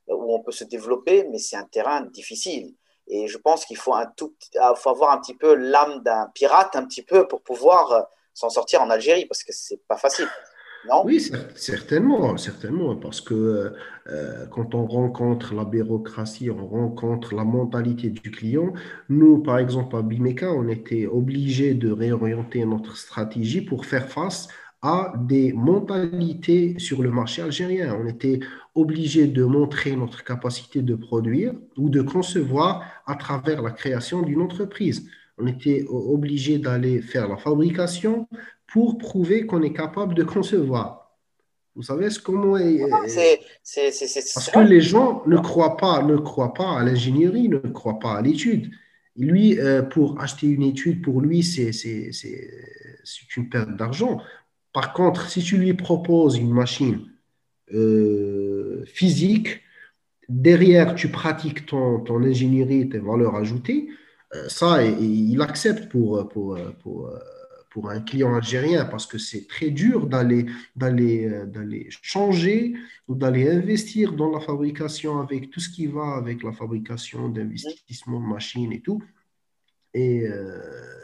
S2: où on peut se développer, mais c'est un terrain difficile. Et je pense qu'il faut, un tout, faut avoir un petit peu l'âme d'un pirate, un petit peu, pour pouvoir euh, s'en sortir en Algérie, parce que c'est pas facile, non?
S3: Oui, cer- certainement, certainement, parce que euh, quand on rencontre la bureaucratie, on rencontre la mentalité du client. Nous, par exemple, à Bimeka, on était obligé de réorienter notre stratégie pour faire face à des mentalités sur le marché algérien. On était obligé de montrer notre capacité de produire ou de concevoir à travers la création d'une entreprise. On était o- obligé d'aller faire la fabrication pour prouver qu'on est capable de concevoir. Vous savez ce comment est-
S2: C'est c'est- c'est- c'est-
S3: parce
S2: c'est
S3: que
S2: vrai.
S3: les gens ne croient pas, ne croient pas à l'ingénierie, ne croient pas à l'étude. Lui, euh, pour acheter une étude, pour lui, c'est c'est- c'est- c'est une perte d'argent. Par contre, si tu lui proposes une machine euh, physique, derrière, tu pratiques ton, ton ingénierie, tes valeurs ajoutées, euh, ça, il, il accepte pour, pour, pour, pour un client algérien parce que c'est très dur d'aller, d'aller, euh, d'aller changer ou d'aller investir dans la fabrication avec tout ce qui va avec la fabrication d'investissement de machines et tout. Et euh,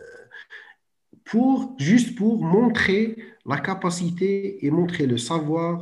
S3: pour, juste pour montrer la capacité et montrer le savoir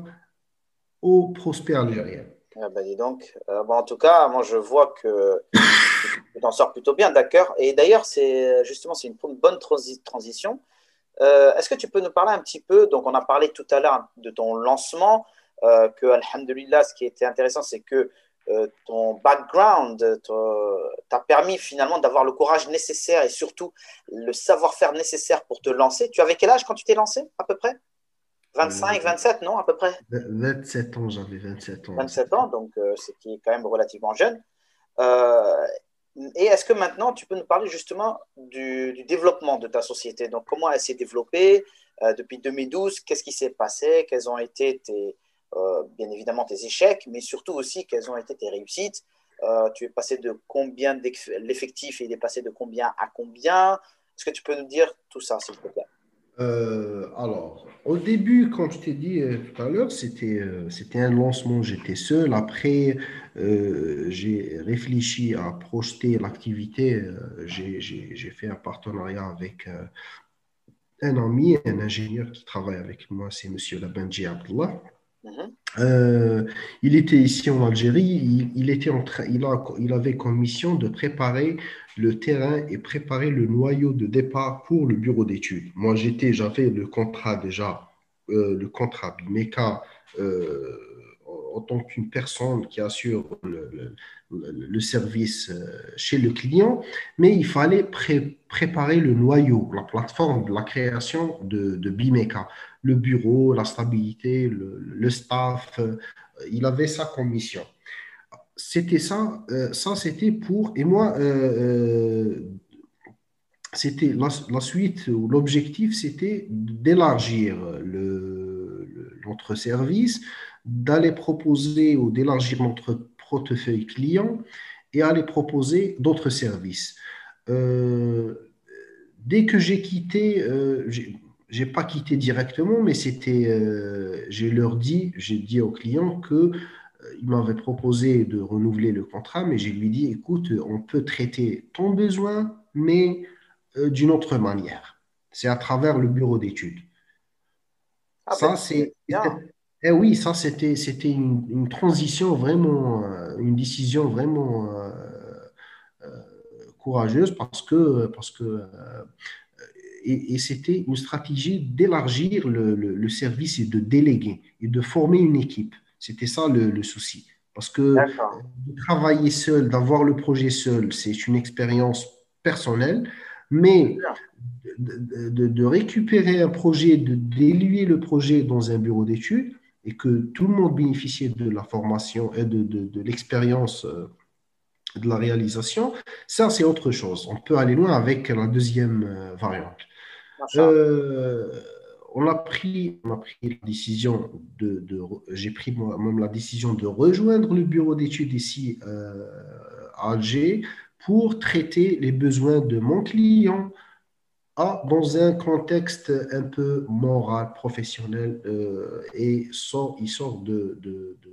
S3: aux prospects algériens.
S2: Ah bah dis donc. Euh, bon, en tout cas, moi je vois que tu t'en sors plutôt bien, d'accord. Et d'ailleurs, c'est justement c'est une bonne transi- transition. Euh, est-ce que tu peux nous parler un petit peu, donc on a parlé tout à l'heure de ton lancement, euh, que alhamdoulilah, ce qui était intéressant, c'est que euh, ton background t'a permis finalement d'avoir le courage nécessaire et surtout le savoir-faire nécessaire pour te lancer. Tu avais quel âge quand tu t'es lancé à peu près?
S3: Euh,
S2: vingt-cinq, vingt-sept, non, à peu près?
S3: vingt-sept ans, j'avais vingt-sept ans à cette
S2: vingt-sept ans, donc euh, ce qui est quand même relativement jeune. Euh, et est-ce que maintenant, tu peux nous parler justement du, du développement de ta société? Donc, comment elle s'est développée euh, depuis deux mille douze? Qu'est-ce qui s'est passé? Quels ont été tes, euh, bien évidemment tes échecs, mais surtout aussi quelles ont été tes réussites? Euh, tu es passé de combien l'effectif, il est passé de combien à combien? Est-ce que tu peux nous dire tout ça, s'il te plaît?
S3: Euh, alors, au début, comme je t'ai dit euh, tout à l'heure, c'était euh, c'était un lancement, j'étais seul. Après, euh, j'ai réfléchi à projeter l'activité. Euh, j'ai j'ai- j'ai fait un partenariat avec euh, un ami, un ingénieur qui travaille avec moi, c'est Monsieur Labenji Abdullah.
S2: Mhm.
S3: Euh, il était ici en Algérie, il, il était en train, il a, il avait comme mission de préparer le terrain et préparer le noyau de départ pour le bureau d'études. Moi, j'étais, j'avais le contrat déjà, euh, le contrat Bimeka, euh, en, en tant qu'une personne qui assure le, le- le- le service euh, chez le client, mais il fallait pré- préparer le noyau, la plateforme de la création de, de Bimeka, le bureau, la stabilité, le, le staff. euh, il avait ça comme mission. C'était ça, euh, ça c'était pour. Et moi, euh, euh, c'était la, la suite ou l'objectif, c'était d'élargir le, le- notre service, d'aller proposer ou d'élargir notre portefeuille client et aller proposer d'autres services. Euh, Dès que j'ai quitté, euh, j'ai j'ai pas quitté directement, mais c'était, euh, j'ai leur dit, j'ai dit au client que euh, il m'avait proposé de renouveler le contrat, mais j'ai lui dit, écoute, on peut traiter ton besoin, mais euh, d'une autre manière. C'est à travers le bureau d'études.
S2: Ah ben
S3: Ça,
S2: c'est
S3: c'est,
S2: bien.
S3: eh oui, ça, c'était, c'était une, une transition vraiment, euh, une décision vraiment euh, euh, courageuse parce que, parce que euh, et, et c'était une stratégie d'élargir le, le, le service et de déléguer et de former une équipe. C'était ça le, le souci. Parce que euh,
S2: D'accord.
S3: de travailler seul, d'avoir le projet seul, c'est une expérience personnelle, mais de, de, de récupérer un projet, de d'éluer le projet dans un bureau d'études et que tout le monde bénéficie de la formation et de, de, de l'expérience euh, de la réalisation, ça c'est autre chose. On peut aller loin avec la deuxième euh, variante.
S2: Machin.
S3: Euh, on a pris, on a pris la décision de, de j'ai pris moi-même la décision de rejoindre le bureau d'études ici euh, à Alger pour traiter les besoins de mon client à, dans un contexte un peu moral, professionnel euh, et sort, il sort de, de, de,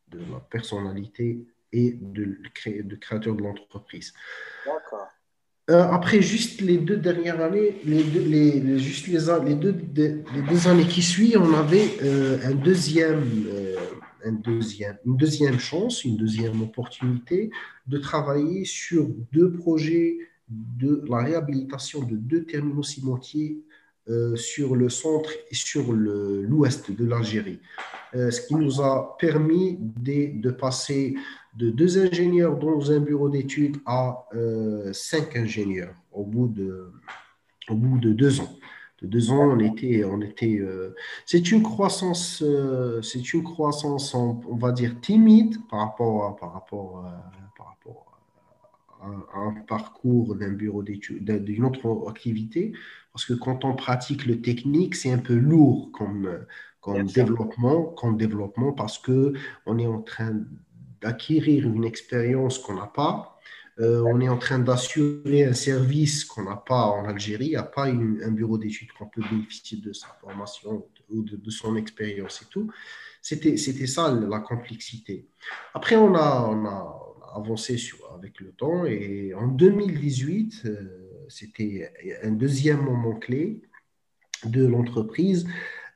S3: de la personnalité et de, de créateur de l'entreprise.
S2: D'accord.
S3: Euh, après, juste les deux dernières années, les deux, les, les- juste les, a- les deux, les deux années qui suivent, on avait euh, un deuxième, euh, un deuxième, une deuxième chance, une deuxième opportunité de travailler sur deux projets de la réhabilitation de deux terminaux cimentiers euh, sur le centre et sur le- l'ouest de l'Algérie. Euh, ce qui nous a permis de, de passer de deux ingénieurs dans un bureau d'études à euh, cinq ingénieurs au bout de, au bout de deux ans. De deux ans, on était, on était. Euh, c'est une croissance, euh, c'est une croissance, on, on va dire timide par rapport à, par rapport à- par rapport à, à un parcours d'un bureau d'études, d'un- d'une autre activité, parce que quand on pratique le technique, c'est un peu lourd comme,
S2: Bien
S3: comme
S2: sûr.
S3: développement, comme développement, parce que on est en train d'acquérir une expérience qu'on n'a pas. Euh, on est en train d'assurer un service qu'on n'a pas en Algérie. Il n'y a pas une- un bureau d'études qu'on peut bénéficier de sa formation ou de, de son expérience et tout. C'était, c'était ça la complexité. Après, on a, on a avancé sur, avec le temps et en deux mille dix-huit, euh, c'était un deuxième moment clé de l'entreprise.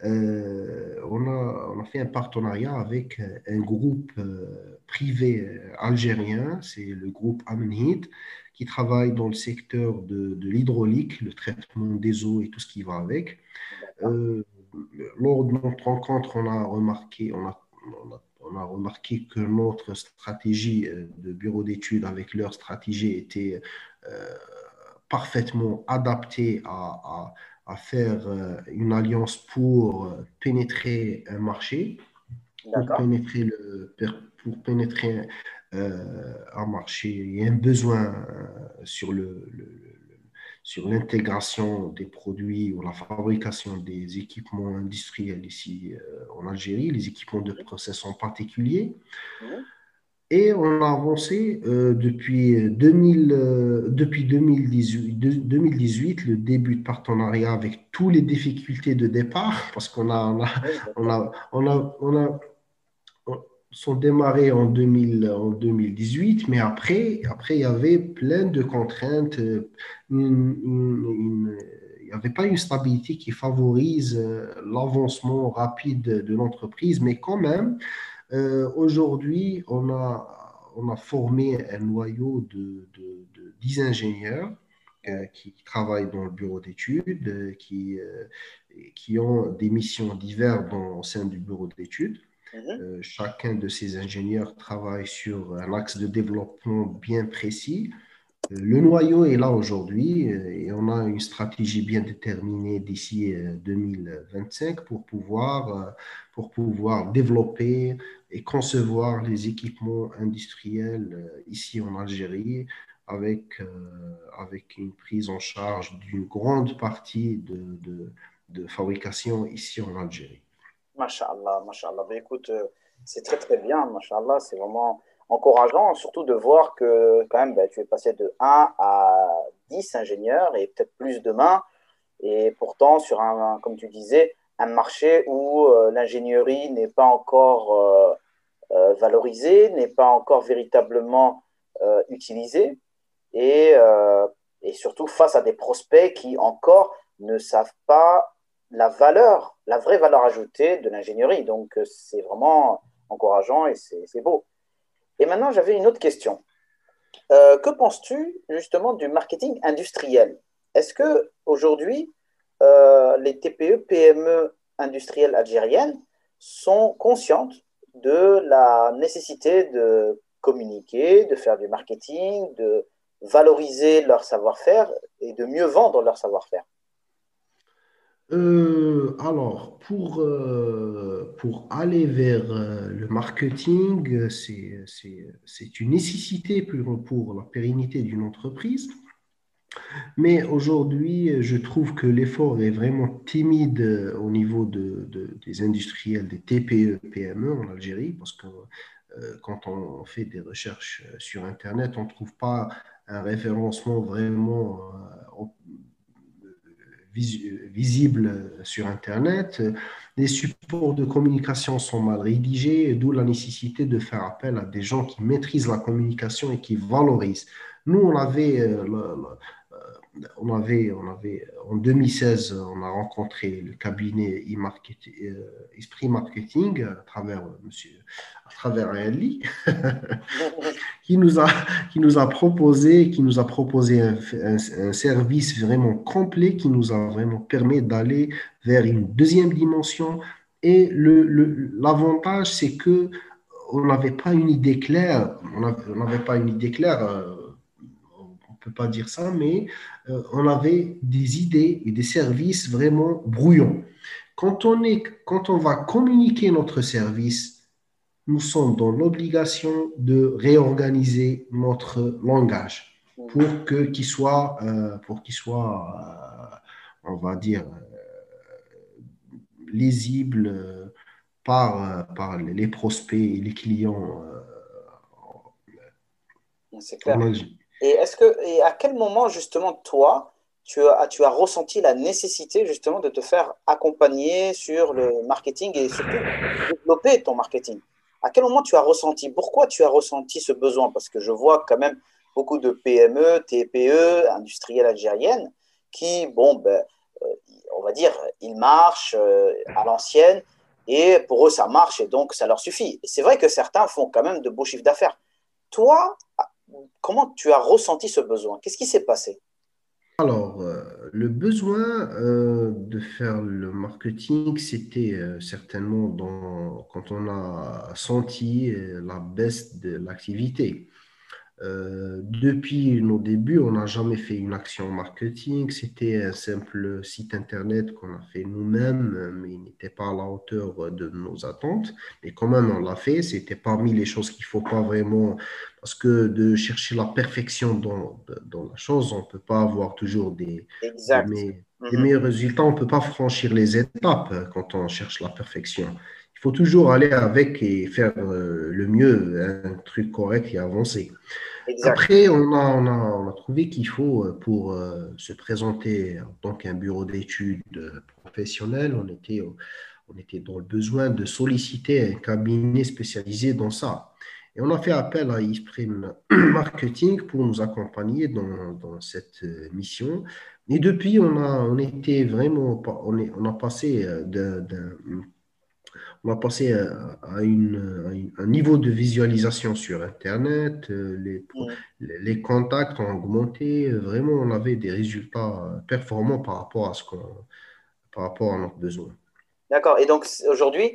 S3: Euh, on a, on a fait un partenariat avec un groupe euh, privé euh, algérien, c'est le groupe Amenhit, qui travaille dans le secteur de, de l'hydraulique, le traitement des eaux et tout ce qui va avec.
S2: D'accord.
S3: Euh, Lors de notre rencontre, on a remarqué, on a, on a, on a remarqué que notre stratégie euh, de bureau d'études avec leur stratégie était euh, parfaitement adaptée à, à, à faire euh, une alliance pour euh, pénétrer un marché, pour
S2: D'accord.
S3: pénétrer, le, pour pénétrer euh, un marché. Il y a un besoin euh, sur le, le sur l'intégration des produits ou la fabrication des équipements industriels ici euh, en Algérie, les équipements de process en particulier.
S2: Mhm.
S3: Et on a avancé euh, depuis, deux mille, euh, depuis deux mille dix-huit, de- deux mille dix-huit, le début de partenariat avec toutes les difficultés de départ, parce qu'on a, on a,
S2: Oui,
S3: on
S2: d'accord.
S3: a, on a, on a, sont démarrés en deux mille, en deux mille dix-huit, mais après, après, il y avait plein de contraintes. euh, une- une- une- il n'y avait pas une stabilité qui favorise euh, l'avancement rapide de l'entreprise, mais quand même, euh, aujourd'hui, on a, on a formé un noyau de, de, de dix ingénieurs euh, qui travaillent dans le bureau d'études, euh, qui, euh, qui ont des missions diverses dans- au sein du bureau d'études.
S2: Mhm.
S3: Euh, chacun de ces ingénieurs travaille sur un axe de développement bien précis. Euh, le noyau est là aujourd'hui euh, et on a une stratégie bien déterminée d'ici euh, deux mille vingt-cinq pour pouvoir, euh, pour pouvoir développer et concevoir les équipements industriels euh, ici en Algérie avec, euh, avec une prise en charge d'une grande partie de, de, de fabrication ici en Algérie.
S2: Masha'Allah, Masha'Allah. Ben, écoute, euh, c'est très très bien, Masha'Allah. C'est vraiment encourageant, surtout de voir que quand même, ben, tu es passé de un à dix ingénieurs et peut-être plus demain. Et pourtant, sur un, comme tu disais, un marché où euh, l'ingénierie n'est pas encore euh, euh, valorisée, n'est pas encore véritablement euh, utilisée. Et, euh, et surtout face à des prospects qui encore ne savent pas la valeur, la vraie valeur ajoutée de l'ingénierie. Donc, euh, c'est vraiment encourageant et c'est c'est beau. Et maintenant, j'avais une autre question. Euh, que penses-tu justement du marketing industriel? Est-ce que aujourd'hui, euh, les T P E, P M E industrielles algériennes sont conscientes de la nécessité de communiquer, de faire du marketing, de valoriser leur savoir-faire et de mieux vendre leur savoir-faire?
S3: Euh, alors, pour, euh, pour aller vers euh, le marketing, euh, c'est, c'est, c'est une nécessité pour, pour la pérennité d'une entreprise. Mais aujourd'hui, je trouve que l'effort est vraiment timide euh, au niveau de, de- des industriels, des T P E, P M E en Algérie, parce que euh, quand on fait des recherches euh, sur Internet, on ne trouve pas un référencement vraiment euh, visibles sur Internet. Les supports de communication sont mal rédigés, d'où la nécessité de faire appel à des gens qui maîtrisent la communication et qui valorisent. Nous, on avait, euh, on avait, on avait en deux mille seize, on a rencontré le cabinet e-marketing, euh, Esprit Marketing à travers monsieur, à travers Ali, qui nous a, qui nous a proposé, qui nous a proposé un, un, un service vraiment complet qui nous a vraiment permis d'aller vers une deuxième dimension. Et le, le, l'avantage, c'est que on n'avait pas une idée claire, on n'avait pas une idée claire. Euh, on ne peut pas dire ça, mais euh, on avait des idées et des services vraiment brouillons. Quand on, est, quand on va communiquer notre service, nous sommes dans l'obligation de réorganiser notre langage pour que, qu'il soit, euh, pour qu'il soit euh, on va dire, euh, lisible euh, par, euh, par les prospects et les clients. Euh,
S2: C'est clair. Et, est-ce que, et à quel moment, justement, toi, tu as, tu as ressenti la nécessité, justement, de te faire accompagner sur le marketing et surtout développer ton marketing? À quel moment tu as ressenti, pourquoi tu as ressenti ce besoin? Parce que je vois quand même beaucoup de P M E, T P E, industrielles algériennes, qui, bon, ben, on va dire, ils marchent à l'ancienne et pour eux, ça marche et donc ça leur suffit. Et c'est vrai que certains font quand même de beaux chiffres d'affaires. Toi, comment tu as ressenti ce besoin? Qu'est-ce qui s'est passé?
S3: Alors, euh, le besoin euh, de faire le marketing, c'était euh, certainement dans, quand on a senti euh, la baisse de l'activité. Euh, depuis nos débuts, on n'a jamais fait une action marketing. C'était un simple site internet qu'on a fait nous-mêmes, mais il n'était pas à la hauteur de nos attentes. Mais quand même, on l'a fait. C'était parmi les choses qu'il ne faut pas vraiment, parce que de chercher la perfection dans, dans la chose, on ne peut pas avoir toujours des, des,
S2: Exact.
S3: me- des
S2: Mhm.
S3: meilleurs résultats. On ne peut pas franchir les étapes quand on cherche la perfection. Il faut toujours aller avec et faire euh, le mieux, un truc correct et avancer.
S2: Exact.
S3: Après, on a, on a, on a trouvé qu'il faut, euh, pour euh, se présenter en tant qu'un bureau d'études euh, professionnel, on était, au- on était dans le besoin de solliciter un cabinet spécialisé dans ça. Et on a fait appel à Isprim Marketing pour nous accompagner dans, dans cette euh, mission. Et depuis, on a, on était vraiment, pas- on est, on a passé euh, d'un, d'un- on va passer à, à une- à une- un niveau de visualisation sur Internet. euh, Les, pro-
S2: Mhm.
S3: les contacts ont augmenté. euh, Vraiment, on avait des résultats euh, performants par rapport à ce qu'on, par rapport à notre besoin.
S2: D'accord. Et donc aujourd'hui,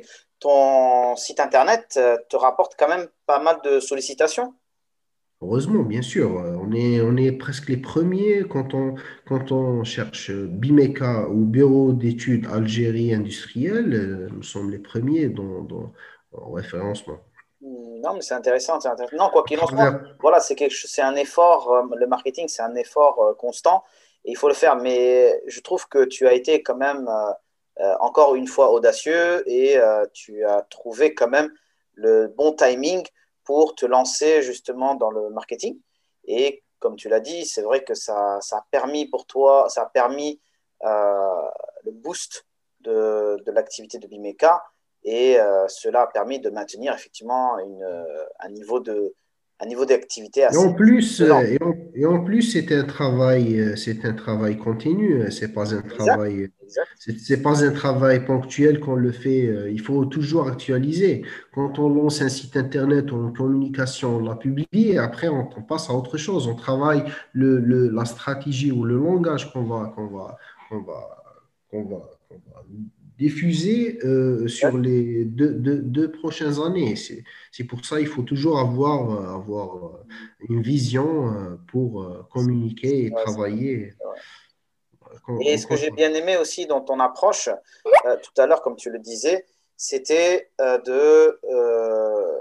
S2: ton site internet euh, te rapporte quand même pas mal de sollicitations?
S3: Heureusement, bien sûr, euh, on est, on est presque les premiers quand on, quand on cherche BIMECA ou Bureau d'études Algérie industrielle. euh, Nous sommes les premiers dans, dans, en référencement.
S2: Hmm, non, mais c'est intéressant, c'est intéressant. Non, quoi
S3: À
S2: qu'il en soit,
S3: travers,
S2: voilà, c'est quelque chose, c'est un effort. euh, le marketing, c'est un effort euh, constant et il faut le faire. Mais je trouve que tu as été quand même euh, euh, encore une fois audacieux et euh, tu as trouvé quand même le bon timing pour te lancer justement dans le marketing. Et comme tu l'as dit, c'est vrai que ça, ça a permis pour toi, ça a permis euh, le boost de, de l'activité de Bimeka et euh, cela a permis de maintenir effectivement une, euh, un niveau de, un niveau d'activité
S3: Et
S2: assez
S3: en plus, euh,
S2: satisfaisant.
S3: et en, et en plus, c'est un travail, euh, c'est un travail continu. euh, C'est pas un
S2: Exact,
S3: travail,
S2: exact.
S3: c'est c'est pas un travail ponctuel qu'on le fait. euh, Il faut toujours actualiser. Quand on lance un site internet ou en communication, on l'a publié. Après, on, on passe à autre chose. On travaille le, le- la stratégie ou le langage qu'on va, qu'on va, qu'on va, qu'on va, qu'on va diffuser euh, sur
S2: exact.
S3: les deux, deux- deux prochaines années. C'est, c'est pour ça qu'il faut toujours avoir, euh, avoir euh, une vision euh, pour euh, communiquer et
S2: Ouais, c'est
S3: travailler
S2: vrai.
S3: euh,
S2: Et
S3: en
S2: ce que j'ai
S3: continu.
S2: bien aimé aussi dans ton approche, euh, tout à l'heure, comme tu le disais, c'était euh, de, euh,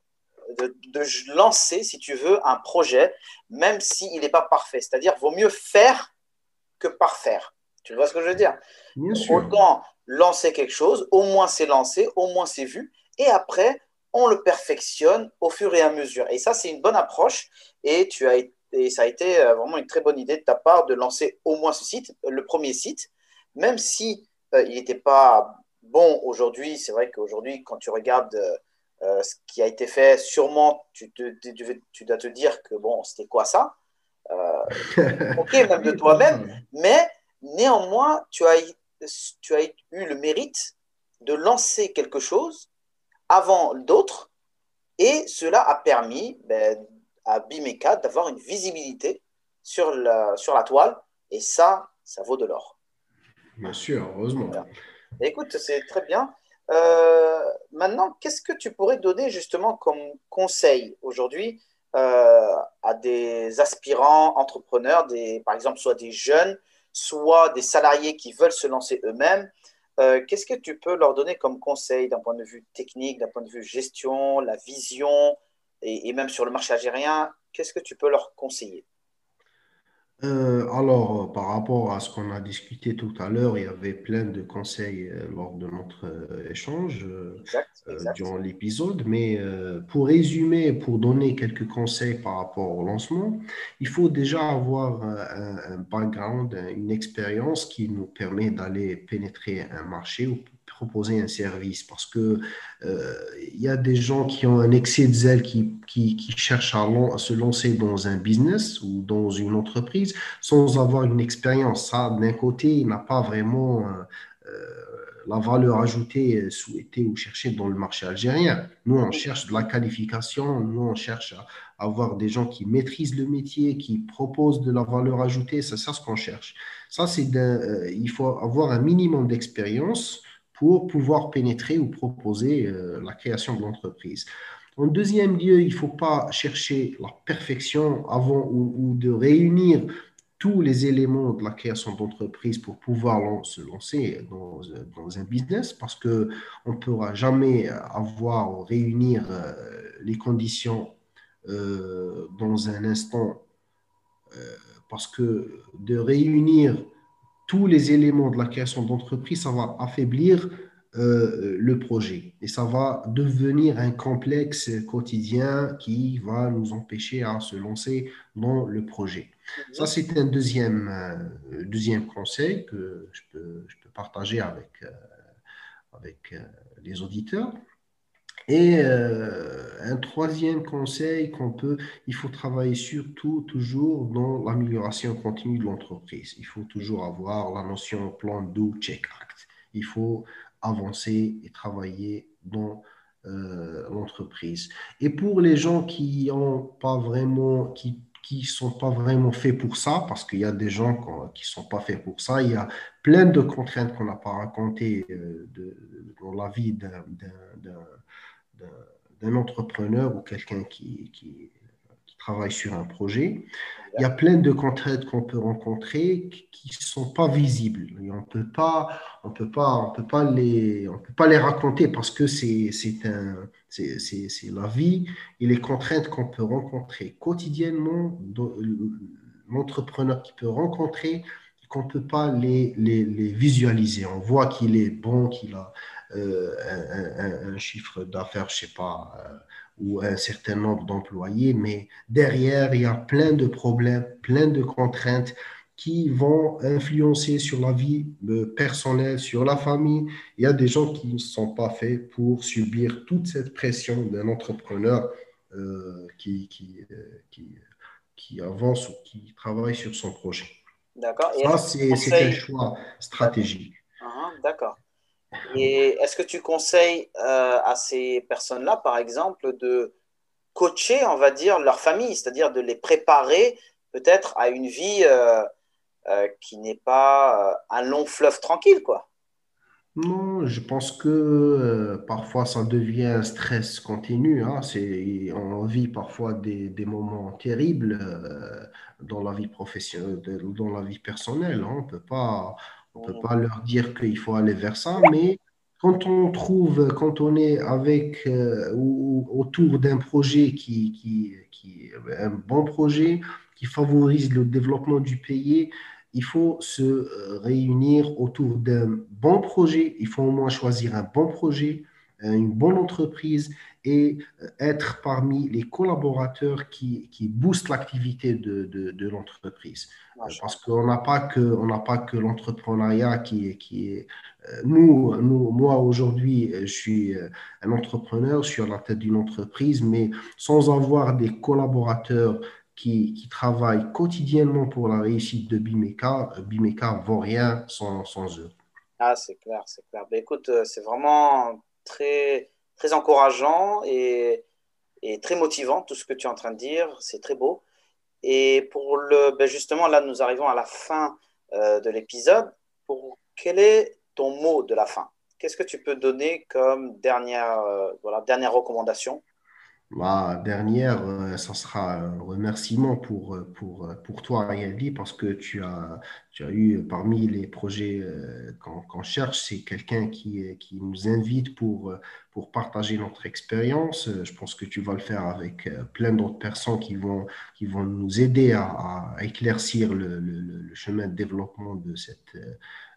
S2: de, de lancer, si tu veux, un projet, même s'il n'est pas parfait. C'est-à-dire, vaut mieux faire que parfaire. Tu vois ce que je veux dire?
S3: Bien sûr.
S2: Autant lancer quelque chose, au moins c'est lancé, au moins c'est vu, et après, on le perfectionne au fur et à mesure. Et ça, c'est une bonne approche, et, tu as, et ça a été euh, vraiment une très bonne idée de ta part de lancer au moins ce site, le premier site, même si euh, il n'était pas bon aujourd'hui. C'est vrai qu'aujourd'hui, quand tu regardes euh, euh, ce qui a été fait, sûrement tu, te, tu, tu dois te dire que bon, c'était quoi ça? Euh, ok, même de
S3: Oui, voilà.
S2: toi-même, mais néanmoins, tu as, tu as eu le mérite de lancer quelque chose avant d'autres, et cela a permis ben, à Bimeka d'avoir une visibilité sur la, sur la toile, et ça, ça vaut de l'or.
S3: Bien sûr, heureusement.
S2: Voilà. Écoute, c'est très bien. Euh, maintenant, qu'est-ce que tu pourrais donner justement comme conseil aujourd'hui euh, à des aspirants entrepreneurs, des, par exemple, soit des jeunes, soit des salariés qui veulent se lancer eux-mêmes? Euh, qu'est-ce que tu peux leur donner comme conseil d'un point de vue technique, d'un point de vue gestion, la vision et, et même sur le marché algérien? Qu'est-ce que tu peux leur conseiller?
S3: Euh, alors, euh, par rapport à ce qu'on a discuté tout à l'heure, il y avait plein de conseils euh, lors de notre euh, échange euh,
S2: Exact,
S3: euh,
S2: exact.
S3: durant l'épisode, mais euh, pour résumer, pour donner quelques conseils par rapport au lancement, il faut déjà avoir euh, un, un background, une expérience qui nous permet d'aller pénétrer un marché ou proposer un service, parce que euh, il y a des gens qui ont un excès de zèle, qui, qui, qui cherchent à, lan- à se lancer dans un business ou dans une entreprise sans avoir une expérience. Ça, d'un côté, il n'a pas vraiment euh, euh, la valeur ajoutée souhaitée ou cherchée dans le marché algérien. Nous, on cherche de la qualification, nous, on cherche à avoir des gens qui maîtrisent le métier, qui proposent de la valeur ajoutée, c'est ça ce qu'on cherche. Ça, c'est d'un- euh, il faut avoir un minimum d'expérience pour pouvoir pénétrer ou proposer euh, la création de l'entreprise. En deuxième lieu, il ne faut pas chercher la perfection avant ou, ou de réunir tous les éléments de la création d'entreprise pour pouvoir lan- se lancer dans, dans un business parce que on ne pourra jamais avoir ou réunir euh, les conditions euh, dans un instant parce que de réunir tous les éléments de la création d'entreprise, ça va affaiblir euh, le projet et ça va devenir un complexe quotidien qui va nous empêcher à se lancer dans le projet. Ça,
S2: Mhm.
S3: c'est un deuxième, euh, deuxième conseil que je peux, je peux partager avec, euh, avec euh, les auditeurs. Et euh, un troisième conseil qu'on peut, il faut travailler surtout toujours dans l'amélioration continue de l'entreprise. Il faut toujours avoir la notion plan, do, check, act. Il faut avancer et travailler dans euh, l'entreprise. Et pour les gens qui ont pas vraiment, qui qui sont pas vraiment faits pour ça, parce qu'il y a des gens qu'on- qui sont pas faits pour ça, il y a plein de contraintes qu'on n'a pas racontées euh, de- dans la vie d'un d'un- d'un- d'un entrepreneur ou quelqu'un qui, qui, qui travaille sur un projet. Il y a plein de contraintes qu'on peut rencontrer qui ne sont pas visibles. Et on peut pas, on peut pas, on peut pas les, on peut pas les raconter parce que c'est, c'est un, c'est, c'est, c'est la vie et les contraintes qu'on peut rencontrer quotidiennement, l'entrepreneur qui peut rencontrer, qu'on ne peut pas les, les, les visualiser. On voit qu'il est bon, qu'il a euh, un, un, un, chiffre d'affaires, je ne sais pas, euh, ou un certain nombre d'employés, mais derrière, il y a plein de problèmes, plein de contraintes qui vont influencer sur la vie euh, personnelle, sur la famille. Il y a des gens qui ne sont pas faits pour subir toute cette pression d'un entrepreneur euh, qui, qui, euh, qui, qui avance ou qui travaille sur son projet.
S2: D'accord. Et est-ce
S3: Ça,
S2: que tu
S3: c'est, c'est un
S2: conseilles...
S3: choix
S2: D'accord.
S3: stratégique.
S2: Uhum, d'accord. Et est-ce que tu conseilles euh, à ces personnes-là, par exemple, de coacher, on va dire, leur famille, c'est-à-dire de les préparer peut-être à une vie euh, euh, qui n'est pas euh, un long fleuve tranquille, quoi.
S3: Non, je pense que euh, parfois ça devient un stress continu, hein. C'est, on vit parfois des, des moments terribles euh, dans la vie professionnelle, de- dans la vie personnelle, hein. On peut pas, on peut
S2: Mhm.
S3: pas leur dire qu'il faut aller vers ça, mais quand on trouve, quand on est avec euh, ou, ou autour d'un projet qui, qui, qui, un bon projet qui favorise le développement du pays, il faut se euh, réunir autour d'un bon projet. Il faut au moins choisir un bon projet une bonne entreprise et être parmi les collaborateurs qui, qui boostent l'activité de, de, de l'entreprise. Parce qu'on n'a pas que, on n'a pas que l'entrepreneuriat qui, qui est... Nous, nous, moi, aujourd'hui, je suis un entrepreneur, je suis à la tête d'une entreprise, mais sans avoir des collaborateurs qui, qui travaillent quotidiennement pour la réussite de Bimeka, Bimeka ne vaut rien sans, sans eux.
S2: Ah, c'est clair, c'est clair. Ben, écoute, euh, c'est vraiment très, très encourageant et, et très motivant tout ce que tu es en train de dire. C'est très beau. Et pour le, ben justement, là, nous arrivons à la fin euh, de l'épisode. Pour quel est ton mot de la fin? Qu'est-ce que tu peux donner comme dernière, euh, voilà, dernière recommandation?
S3: La dernière, euh, ça sera un remerciement pour, euh, pour, euh, pour toi, Yali, parce que tu as, tu as eu parmi les projets euh, qu'on qu'on cherche, c'est quelqu'un qui, euh, qui nous invite pour, euh, pour partager notre expérience. Euh, Je pense que tu vas le faire avec euh, plein d'autres personnes qui vont, qui vont nous aider à, à éclaircir le, le, le- le chemin de développement de cette, euh,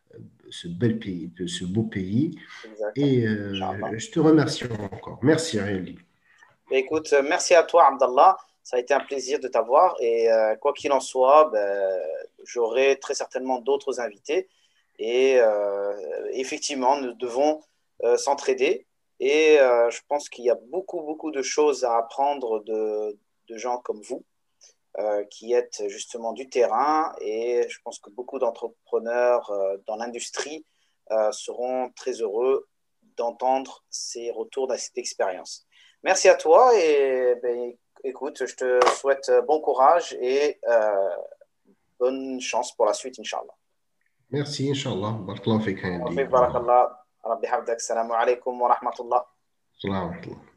S3: ce bel pays, de ce beau pays.
S2: Exactement.
S3: Et
S2: Inch'Allah.
S3: euh, je te remercie encore. Merci, Yali.
S2: Ben, écoute, euh, merci à toi, Abdallah. Ça a été un plaisir de t'avoir. Et euh, quoi qu'il en soit, ben, j'aurai très certainement d'autres invités. Et euh, effectivement, nous devons euh, s'entraider. Et euh, je pense qu'il y a beaucoup, beaucoup de choses à apprendre de, de gens comme vous, euh, qui êtes justement du terrain. Et je pense que beaucoup d'entrepreneurs euh, dans l'industrie euh, seront très heureux d'entendre ces retours d'expérience. Merci à toi et ben, écoute, je te souhaite bon courage et euh, bonne chance pour la suite, Inch'Allah.
S3: Merci, Inch'Allah. Barakallahu fik,
S2: وفيك
S3: Yali. Au
S2: بارك
S3: revoir.
S2: الله. ربي حفظك. السلام عليكم ورحمة الله.
S3: Salam alaikum.